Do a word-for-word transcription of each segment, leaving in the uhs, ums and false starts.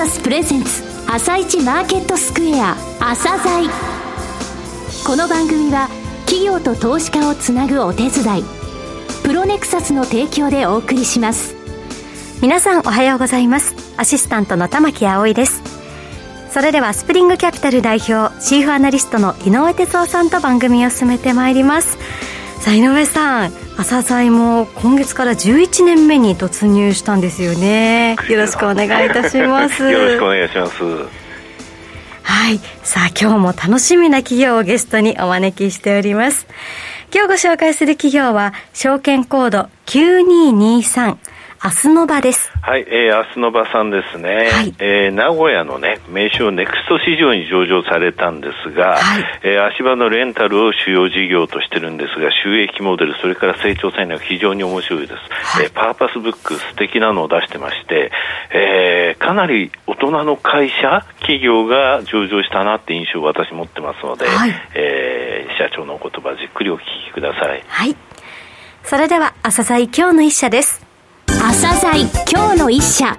サスプレゼンツ朝市マーケットスクエア朝鮮。この番組は企業と投資家をつなぐお手伝いプロネクサスの提供でお送りします。 皆さんおはようございます。アシスタントの玉木葵です。それではスプリングキャピタル代表チーフアナリストの井上哲夫さんと番組を進めてまいります。さあ井上さん、朝鮮も今月からじゅういちねんめに突入したんですよね。よろしくお願いいたしますよろしくお願いします。 はい、さあ今日も楽しみな企業をゲストにお招きしております。今日ご紹介する企業は証券コードきゅうにーにーさんアスノバです。 はい、えー、アスノバさんですね、はい、えー、名古屋のね名称ネクスト市場に上場されたんですが、はい、えー、足場のレンタルを主要事業としてるんですが、収益モデルそれから成長戦略非常に面白いです。はい、えー、パーパスブック素敵なのを出してまして、えー、かなり大人の会社企業が上場したなって印象を私持ってますので、はい、えー、社長のお言葉じっくりお聞きください。 はい、それでは朝鮮今日の一社です。 朝鮮今日の一社。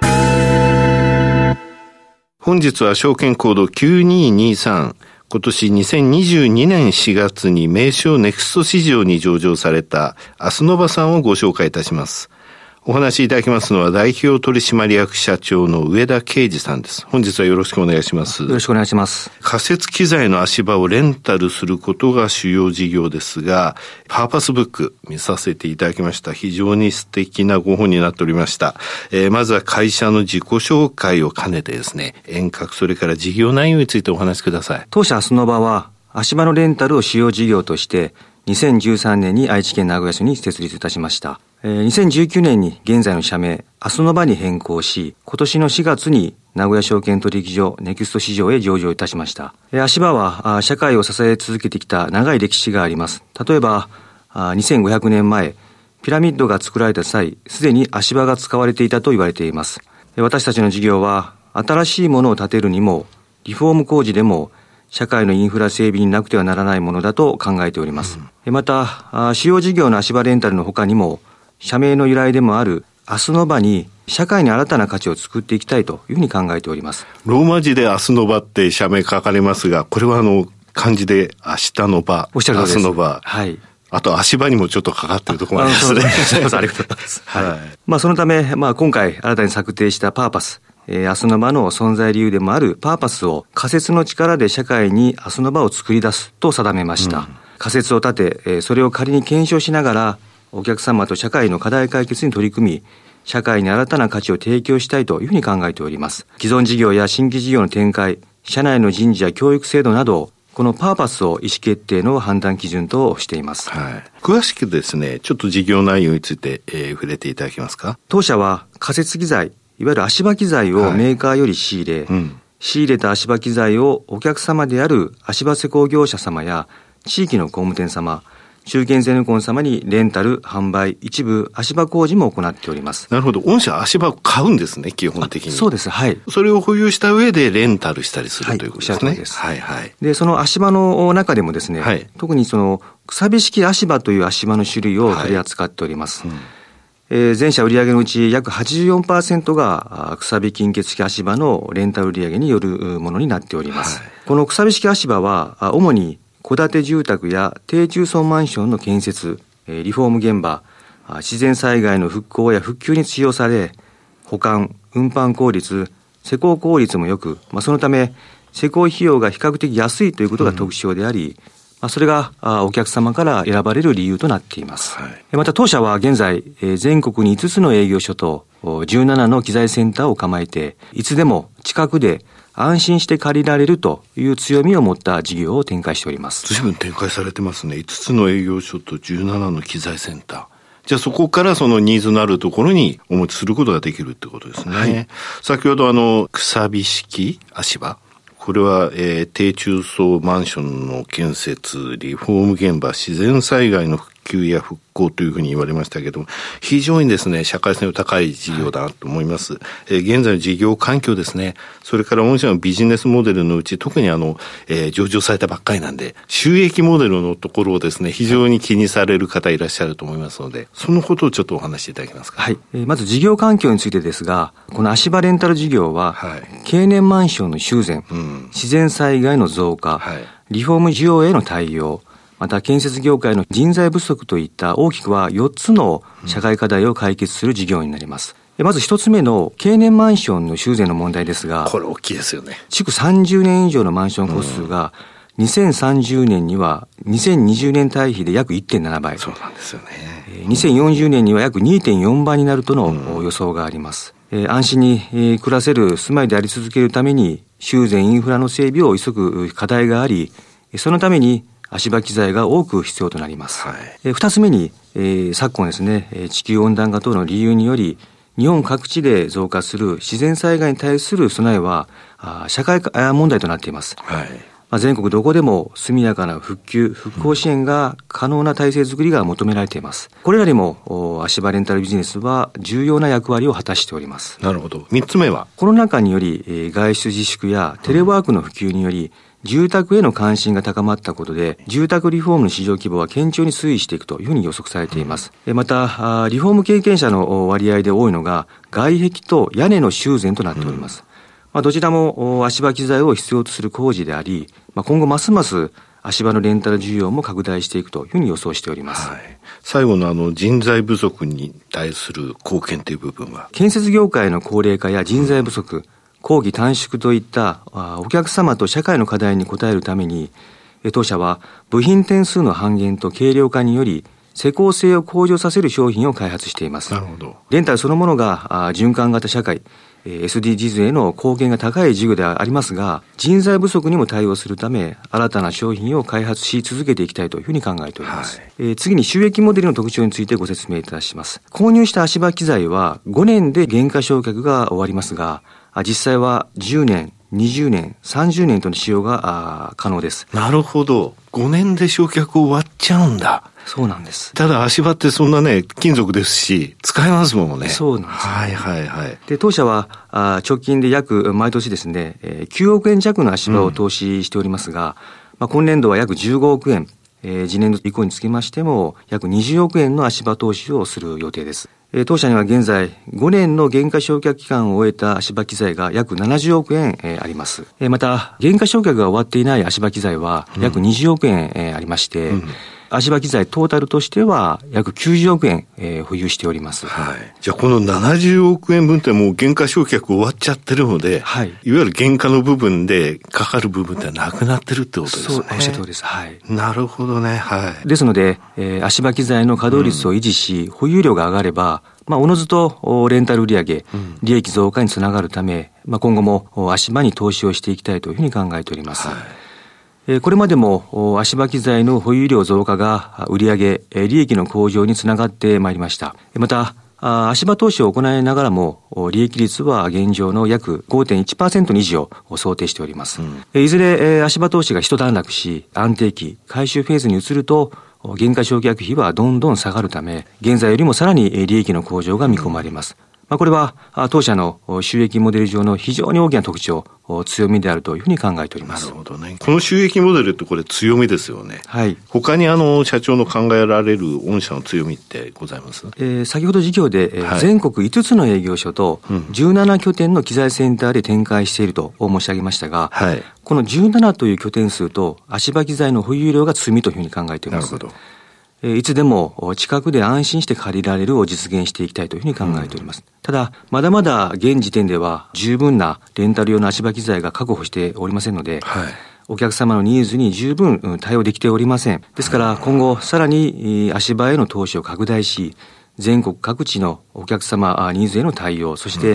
本日は証券コードきゅうにーにーさん、今年にせんにじゅうにねんしがつに名称ネクスト市場に上場されたアスノバさんをご紹介いたします。お話しいただきますのは代表取締役社長の上田啓二さんです。本日はよろしくお願いします。 よろしくお願いします。 仮設機材の足場をレンタルすることが主要事業ですが、パーパスブック見させていただきました。非常に素敵なご本になっておりました。えー、まずは会社の自己紹介を兼ねてですね、遠隔それから事業内容についてお話しください。 当社アスノバは足場のレンタルを主要事業としてにせんじゅうさんねんに愛知県名古屋市に設立いたしました。にせんじゅうきゅうねんに現在の社名アスノバに変更し、今年のしがつに名古屋証券取引所ネクスト市場へ上場いたしました。足場は社会を支え続けてきた長い歴史があります。例えばにせんごひゃくねんまえピラミッドが作られた際、すでに足場が使われていたと言われています。私たちの事業は新しいものを建てるにもリフォーム工事でも社会のインフラ整備になくてはならないものだと考えております。うん、また主要事業の足場レンタルの他にも社名の由来でもあるアスノバに社会に新たな価値を作っていきたいというふうに考えております。 ローマ字でアスノバって社名書かれますが、これはあの漢字で明日の場、 おっしゃるとおりです。 アスノバ、 はい。 あと足場にもちょっとかかっているところもありますね。 ありがとうございます。はい。まあそのため、まあ今回新たに策定したパーパス、えー、アスノバの存在理由でもあるパーパスを仮説の力で社会にアスノバを作り出すと定めました。うん、仮説を立て、えー、それを仮に検証しながらお客様と社会の課題解決に取り組み、社会に新たな価値を提供したいというふうに考えております。既存事業や新規事業の展開、社内の人事や教育制度など、このパーパスを意思決定の判断基準としています。 はい、詳しくですね、ちょっと事業内容について、えー、触れていただけますか。 当社は仮設機材、いわゆる足場機材をメーカーより仕入れ、はい、うん、仕入れた足場機材をお客様である足場施工業者様や地域の工務店様、中堅ゼネコン様にレンタル、販売、一部足場工事も行っております。 なるほど。御社足場を買うんですね、基本的に。 そうです。はい。 それを保有した上でレンタルしたりする、はい、ということですね。 です。はいはい。で、その足場の中でもですね、はい、特にそのくさび式足場という足場の種類を取り扱っております。はい、うん、えー、全社売上のうち約 はちじゅうよんパーセント がくさび金欠式足場のレンタル売上によるものになっております。はい、このくさび式足場は主に戸建て住宅や低中層マンションの建設、リフォーム現場、自然災害の復興や復旧に使用され、保管、運搬効率、施工効率も良く、まあ、そのため施工費用が比較的安いということが特徴であり、うん、まあ、それがお客様から選ばれる理由となっています。はい、また当社は現在全国にいつつの営業所とじゅうななの機材センターを構えて、いつでも近くで安心して借りられるという強みを持った事業を展開しております。 随分展開されてますね。いつつの営業所とじゅうななの機材センター。じゃあそこからそのニーズのあるところにお持ちすることができるってことですね。はい、先ほどあの、くさび式足場。これは、えー、低中層マンションの建設、リフォーム現場、自然災害の復旧や復興というふうに言われましたけども、非常にですね、社会性の高い事業だと思います。はい、えー、現在の事業環境ですね、それから御社のビジネスモデルのうち、特にあの、えー、上場されたばっかりなんで、収益モデルのところをですね、非常に気にされる方いらっしゃると思いますので、そのことをちょっとお話しいただけますか。 はい。えー、まず事業環境についてですが、この足場レンタル事業は、はい、経年マンションの修繕、うん、自然災害の増加、はい、リフォーム需要への対応、また建設業界の人材不足といった大きくはよっつの社会課題を解決する事業になります。うん、まず一つ目の経年マンションの修繕の問題ですが、 これ大きいですよね。 築さんじゅうねん以上のマンション戸数が、にせんさんじゅうねんにはにせんにじゅうねん対比で約 いってんなな 倍。 そうなんですよね。 にせんよんじゅうねんには約 にてんよん 倍になるとの予想があります。えー、安心に、えー、暮らせる住まいであり続けるために修繕インフラの整備を急ぐ課題があり、そのために足場機材が多く必要となります。はい、えー、二つ目に、えー、昨今ですね、地球温暖化等の理由により日本各地で増加する自然災害に対する備えはあ社会問題となっています。はい、まあ、全国どこでも速やかな復旧復興支援が可能な体制づくりが求められています。これらにも足場レンタルビジネスは重要な役割を果たしております。 なるほど。三つ目はコロナ禍により、えー、外出自粛やテレワークの普及により、うん、住宅への関心が高まったことで住宅リフォームの市場規模は堅調に推移していくというふうに予測されています。うん、またリフォーム経験者の割合で多いのが外壁と屋根の修繕となっております。うん、まあ、どちらも足場機材を必要とする工事であり、まあ、今後ますます足場のレンタル需要も拡大していくというふうに予想しております。はい、 最後のあの人材不足に対する貢献という部分は、 建設業界の高齢化や人材不足、うん、工期短縮といったお客様と社会の課題に応えるために、当社は部品点数の半減と軽量化により施工性を向上させる商品を開発しています。 なるほど。 レンタルそのものが循環型社会、エスディージーズ への貢献が高い事業ではありますが、人材不足にも対応するため新たな商品を開発し続けていきたいというふうに考えております。はい、えー、次に収益モデルの特徴についてご説明いたします。購入した足場機材はごねんで減価償却が終わりますが、実際はじゅうねん、にじゅうねん、さんじゅうねんとの使用が可能です。 なるほど。ごねんで償却終わっちゃうんだ。 そうなんです。 ただ足場ってそんなね、金属ですし、使えますもんね。 そうなんです、ね。 はいはいはい。 で、当社は、あ直近で約、毎年ですね、えー、きゅうおくえん弱の足場を投資しておりますが、うん、まあ、今年度は約じゅうごおくえん、えー、次年度以降につきましても、約にじゅうおくえんの足場投資をする予定です。えー、当社には現在、ごねんの減価償却期間を終えた足場機材が約ななじゅうおくえん、えー、あります。えー、また、減価償却が終わっていない足場機材は約にじゅうおくえん、えー、ありまして、うん、足場機材トータルとしては約きゅうじゅうおくえん、えー、保有しております。 はい。じゃあこのななじゅうおくえんぶんってもう減価償却終わっちゃってるので、はい。いわゆる減価の部分でかかる部分ってなくなってるってことですね。 そう、おっしゃる通りです。はい。 なるほどね。はい。 ですので、えー、足場機材の稼働率を維持し、うん、保有量が上がれば、まあ、おのずとレンタル売上、うん、利益増加につながるため、まあ、今後も足場に投資をしていきたいというふうに考えております。はい。これまでも足場機材の保有量増加が売上、利益の向上につながってまいりました。また、足場投資を行いながらも、利益率は現状の約 ごてんいちパーセント の維持を想定しております。うん、いずれ足場投資が一段落し、安定期、回収フェーズに移ると、減価償却費はどんどん下がるため、現在よりもさらに利益の向上が見込まれます。まあ、これは当社の収益モデル上の非常に大きな特徴、強みであるというふうに考えております。 なるほどね。この収益モデルってこれ強みですよね。 はい。 他にあの社長の考えられる御社の強みってございます？ えー、先ほど事業で、はい、全国いつつの営業所とじゅうななきょてんの機材センターで展開していると申し上げましたが、はい、このじゅうななという拠点数と足場機材の保有量が強みというふうに考えております。なるほど。いつでも近くで安心して借りられるを実現していきたいというふうに考えております。うん、ただ、まだまだ現時点では十分なレンタル用の足場機材が確保しておりませんので、はい、お客様のニーズに十分対応できておりません。ですから今後さらに足場への投資を拡大し、全国各地のお客様ニーズへの対応、そして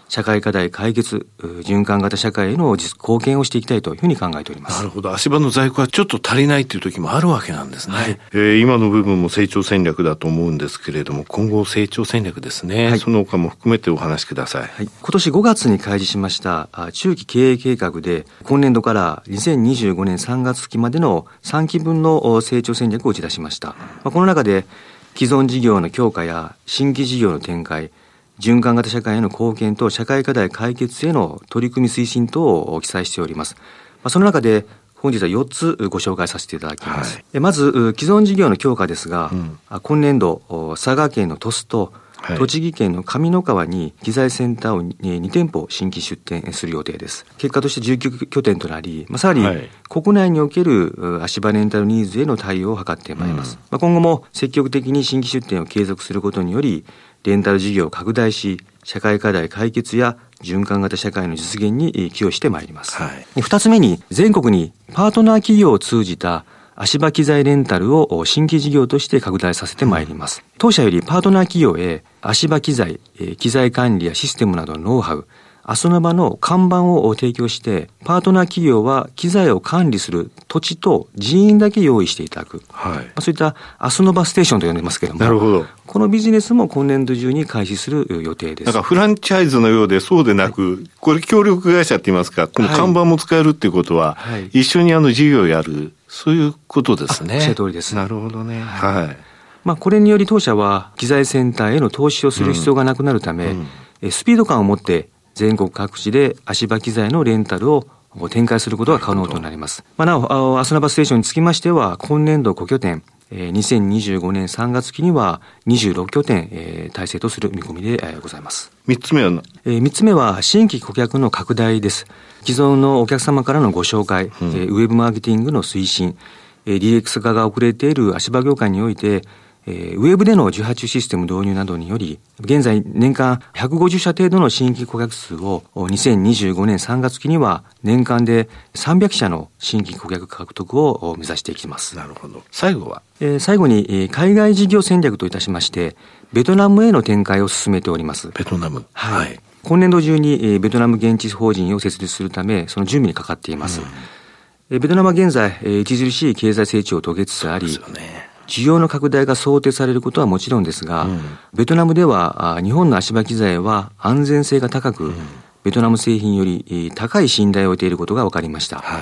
社会課題解決、循環型社会への貢献をしていきたいというふうに考えております。 なるほど。足場の在庫はちょっと足りないという時もあるわけなんですね。はい、えー、今の部分も成長戦略だと思うんですけれども、今後成長戦略ですね。はい、その他も含めてお話しください。はい、 今年ごがつに開示しました中期経営計画で、今年度からにせんにじゅうごねんさんがつきまでのさんきぶんの成長戦略を打ち出しました。まあ、この中で既存事業の強化や新規事業の展開、循環型社会への貢献と社会課題解決への取り組み推進等を記載しております。まあ、その中で本日はよっつご紹介させていただきます。はい、まず既存事業の強化ですが、うん、今年度佐賀県の鳥栖とはい、栃木県の上三川に機材センターをにてんぽ新規出店する予定です。結果としてじゅうきゅう拠点となり、まあ、さらに国内における足場レンタルニーズへの対応を図ってまいります。うん、まあ、今後も積極的に新規出店を継続することにより、レンタル事業を拡大し、社会課題解決や循環型社会の実現に寄与してまいります。はい、二つ目に、全国にパートナー企業を通じた足場機材レンタルを新規事業として拡大させてまいります。当社よりパートナー企業へ足場機材、機材管理やシステムなどのノウハウ、アソナバの看板を提供して、パートナー企業は機材を管理する土地と人員だけ用意していただく。はい、そういったアソナバステーションと呼んでますけれども。 なるほど。 このビジネスも今年度中に開始する予定です。 なんかフランチャイズのようでそうでなく、はい、これ協力会社って言いますか、この看板も使えるっていうことは、はい、一緒にあの事業をやる。そういうことですね。 おっしゃる通りです。 なるほどね。はい。はい、 まあ、これにより当社は機材センターへの投資をする必要がなくなるため、うんうん、スピード感を持って全国各地で足場機材のレンタルを展開することが可能となります。まあ、なお、アスナバステーションにつきましては、今年度ご拠点、にせんにじゅうごねんさんがつきにはにじゅうろく拠点、えー、体制とする見込みで、えー、ございます。 三つ目は、 えー、三つ目は新規顧客の拡大です。既存のお客様からのご紹介、うん、えー、ウェブマーケティングの推進、えー、ディーエックス 化が遅れている足場業界において、えー、ウェブでの受発注システム導入などにより、現在年間ひゃくごじゅっしゃ程度の新規顧客数をにせんにじゅうごねんさんがつきには年間でさんびゃくしゃの新規顧客獲得を目指していきます。 なるほど。最後は、 えー、最後に、えー、海外事業戦略といたしまして、ベトナムへの展開を進めております。 ベトナム。 はい。はい、今年度中に、えー、ベトナム現地法人を設立するため、その準備にかかっています。うん、えー、ベトナムは現在、えー、著しい経済成長を遂げつつあり、そうですよね。需要の拡大が想定されることはもちろんですが、うん、ベトナムでは日本の足場機材は安全性が高く、うん、ベトナム製品より高い信頼を得ていることが分かりました。はい、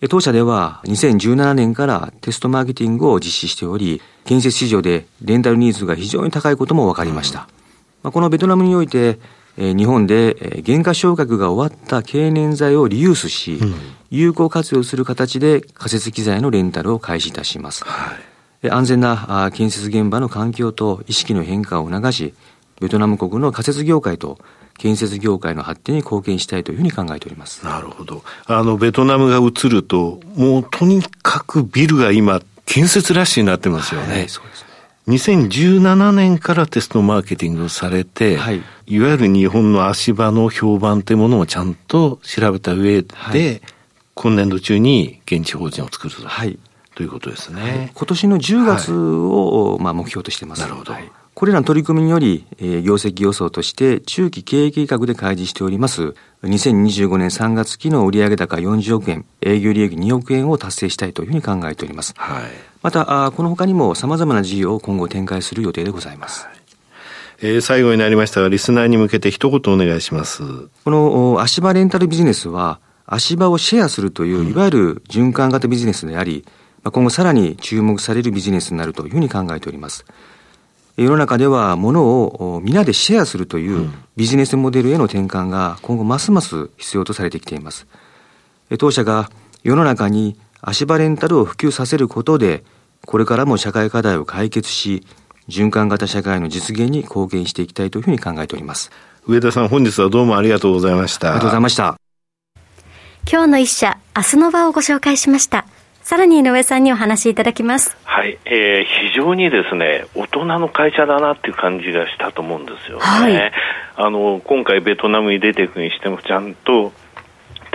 当社ではにせんじゅうななねんからテストマーケティングを実施しており、建設市場でレンタルニーズが非常に高いことも分かりました。うん、まあ、このベトナムにおいて、日本で原価償却が終わった経年材をリユースし、うん、有効活用する形で仮設機材のレンタルを開始いたします。はい、安全な建設現場の環境と意識の変化を促し、ベトナム国の仮設業界と建設業界の発展に貢献したいというふうに考えております。 なるほど。あの、ベトナムが移ると、もうとにかくビルが今、建設ラッシュになってますよね。はい、そうですね。にせんじゅうななねんからテストマーケティングをされて、はい、いわゆる日本の足場の評判というものをちゃんと調べた上で、はい、今年度中に現地法人を作ると。はい。ということですね。はい、 今年のじゅうがつを、はい、まあ、目標としています。 なるほど。はい、 これらの取り組みにより、えー、業績予想として中期経営計画で開示しておりますにせんにじゅうごねんさんがつ期の売上高よんじゅうおくえん、営業利益におくえんを達成したいというふうに考えております。はい、また、あこの他にも様々な事業を今後展開する予定でございます。はい、 えー、最後になりましたが、リスナーに向けて一言お願いします。 この足場レンタルビジネスは、足場をシェアするという、いわゆる循環型ビジネスであり、今後さらに注目されるビジネスになるというふうに考えております。世の中では物を皆でシェアするというビジネスモデルへの転換が今後ますます必要とされてきています。当社が世の中に足場レンタルを普及させることで、これからも社会課題を解決し、循環型社会の実現に貢献していきたいというふうに考えております。 上田さん、本日はどうもありがとうございました。 ありがとうございました。 今日の一社、アスノバをご紹介しました。さらに井上さんにお話しいただきます。 はい、えー、非常にですね、大人の会社だなっていう感じがしたと思うんですよね。はい、あの今回ベトナムに出ていくにしてもちゃんと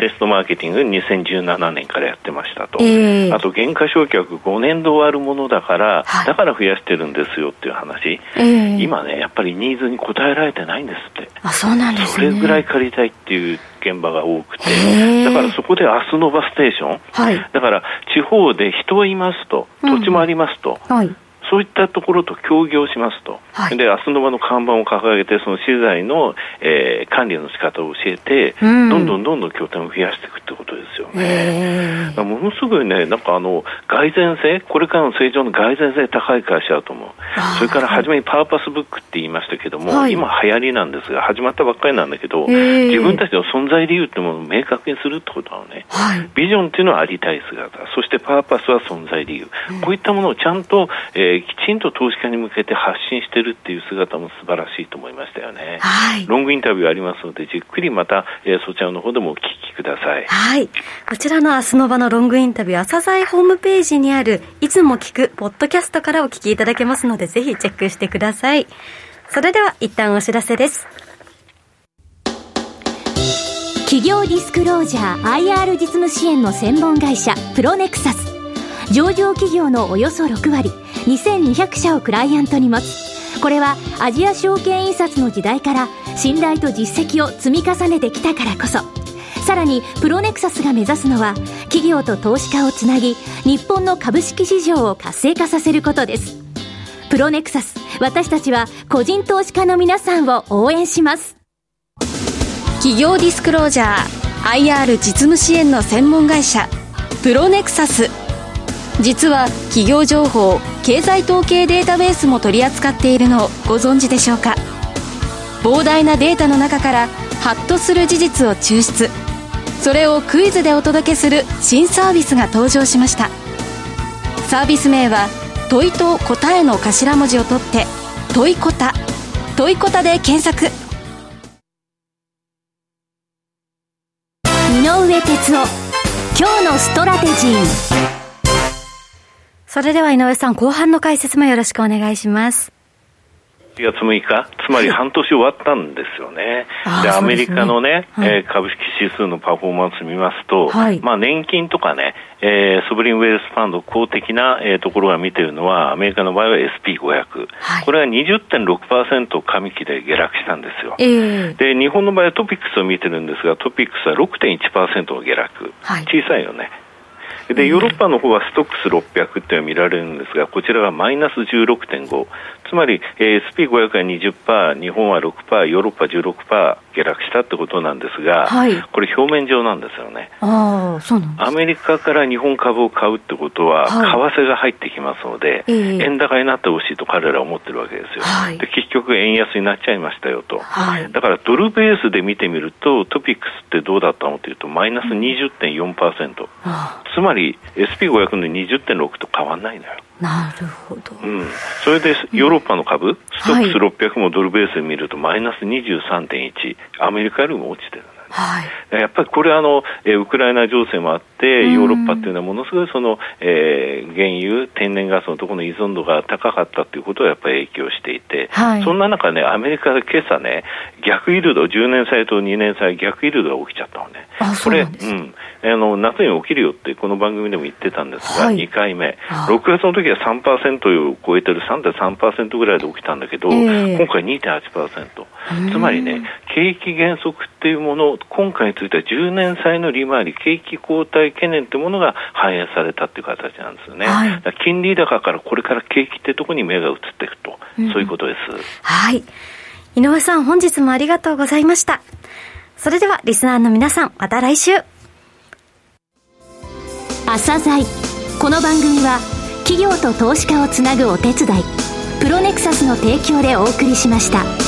テストマーケティングにせんじゅうななねんからやってましたと、えー、あと減価償却ごねんで終わるものだから、はい、だから増やしてるんですよっていう話、えー、今ねやっぱりニーズに応えられてないんですって。 あ、そうなんですね。 それぐらい借りたいっていう現場が多くて、だからそこでアスノバステーション、はい、だから地方で人はいますと、土地もありますと、うん、はい、そういったところと協業しますと、はい、でアスノバの看板を掲げてその資材の、えー、管理の仕方を教えて、うん、どんどんどんどん拠点を増やしていくってことですよね。ものすごいね、なんかあの蓋然性、これからの成長の蓋然性高い会社だと思う。それから初めにパーパスブックって言いましたけども、はい、今流行りなんですが始まったばっかりなんだけど、自分たちの存在理由ってものを明確にするってことなのね、はい、ビジョンっていうのはありたい姿、そしてパーパスは存在理由、うん、こういったものをちゃんと、えー、きちんと投資家に向けて発信してるっていう姿も素晴らしいと思いましたよね、はい、ロングインタビューありますのでじっくりまた、えー、そちらの方でもお聞きください。 はい、こちらのアスノバのロングインタビュー、朝鮮ホームページにあるいつも聞くポッドキャストからお聞きいただけますのでぜひチェックしてください。それでは一旦お知らせです。 企業ディスクロージャー アイアール 実務支援の専門会社プロネクサス、上場企業のおよそろくわりにせんにひゃくしゃをクライアントに持つ。これはアジア証券印刷の時代から信頼と実績を積み重ねてきたからこそ、さらにプロネクサスが目指すのは企業と投資家をつなぎ日本の株式市場を活性化させることです。プロネクサス、私たちは個人投資家の皆さんを応援します。 企業ディスクロージャー アイアール 実務支援の専門会社プロネクサス、実は企業情報経済統計データベースも取り扱っているのをご存知でしょうか。膨大なデータの中からハッとする事実を抽出、それをクイズでお届けする新サービスが登場しました。サービス名は問いと答えの頭文字を取って問いこた、問いこたで検索。 井上哲夫、今日のストラテジー。 それでは井上さん、後半の解説もよろしくお願いします。 しちがつむいか、つまり半年終わったんですよね。で、アメリカのね、はい、えー、株式指数のパフォーマンス見ますと、はい、まあ年金とかね、えー、ソブリンウェルスファンド公的な、えー、ところが見てるのはアメリカの場合は エスピーごひゃく、はい、これが にじゅってんろくパーセント 上期で下落したんですよ、えー、で日本の場合はトピックスを見てるんですが、トピックスは ろくてんいちパーセント の下落、はい、小さいよね。でヨーロッパの方はストックスろっぴゃくっていうのが見られるんですが、こちらがマイナス じゅうろくてんご、つまり、えー、エスピーごひゃく は にじゅっパーセント、日本は ろくパーセント、ヨーロッパ じゅうろくパーセント 下落したってことなんですが、はい、これ表面上なんですよね。 あ、そうなんです。 アメリカから日本株を買うってことは、はい、為替が入ってきますので、えー、円高になってほしいと彼らは思ってるわけですよ、はい、で結局円安になっちゃいましたよと、はい、だからドルベースで見てみるとトピックスってどうだったのというとマイナス にじゅってんよんパーセント、うん、つまり エスピーごひゃく の にじゅってんろく と変わんないのよ。 なるほど、 うん、それでヨーロッパの株、うん、ストックスろっぴゃくもドルベースで見るとマイナス にじゅうさんてんいち、アメリカよりも落ちてる。はい、やっぱりこれはあの、えー、ウクライナ情勢もあってヨーロッパっていうのはものすごいその、えー、原油天然ガスのところの依存度が高かったということがやっぱり影響していて、はい、そんな中ねアメリカで今朝ね逆イールドじゅうねん債とにねん債逆イールドが起きちゃったのね。 あ、そうなんですか。 これ、うん、あの夏に起きるよってこの番組でも言ってたんですが、はい、にかいめろくがつの時は さんパーセント を超えてる さんてんさんパーセント ぐらいで起きたんだけど、えー、今回 にてんはちパーセント、つまりね景気減速っていうもの今回についてはじゅうねん債の利回り景気後退懸念というものが反映されたという形なんですよね、はい、金利高からこれから景気ってところに目が移っていくと、うん、そういうことです。 はい、井上さん本日もありがとうございました。それではリスナーの皆さんまた来週。 朝鮮、この番組は企業と投資家をつなぐお手伝いプロネクサスの提供でお送りしました。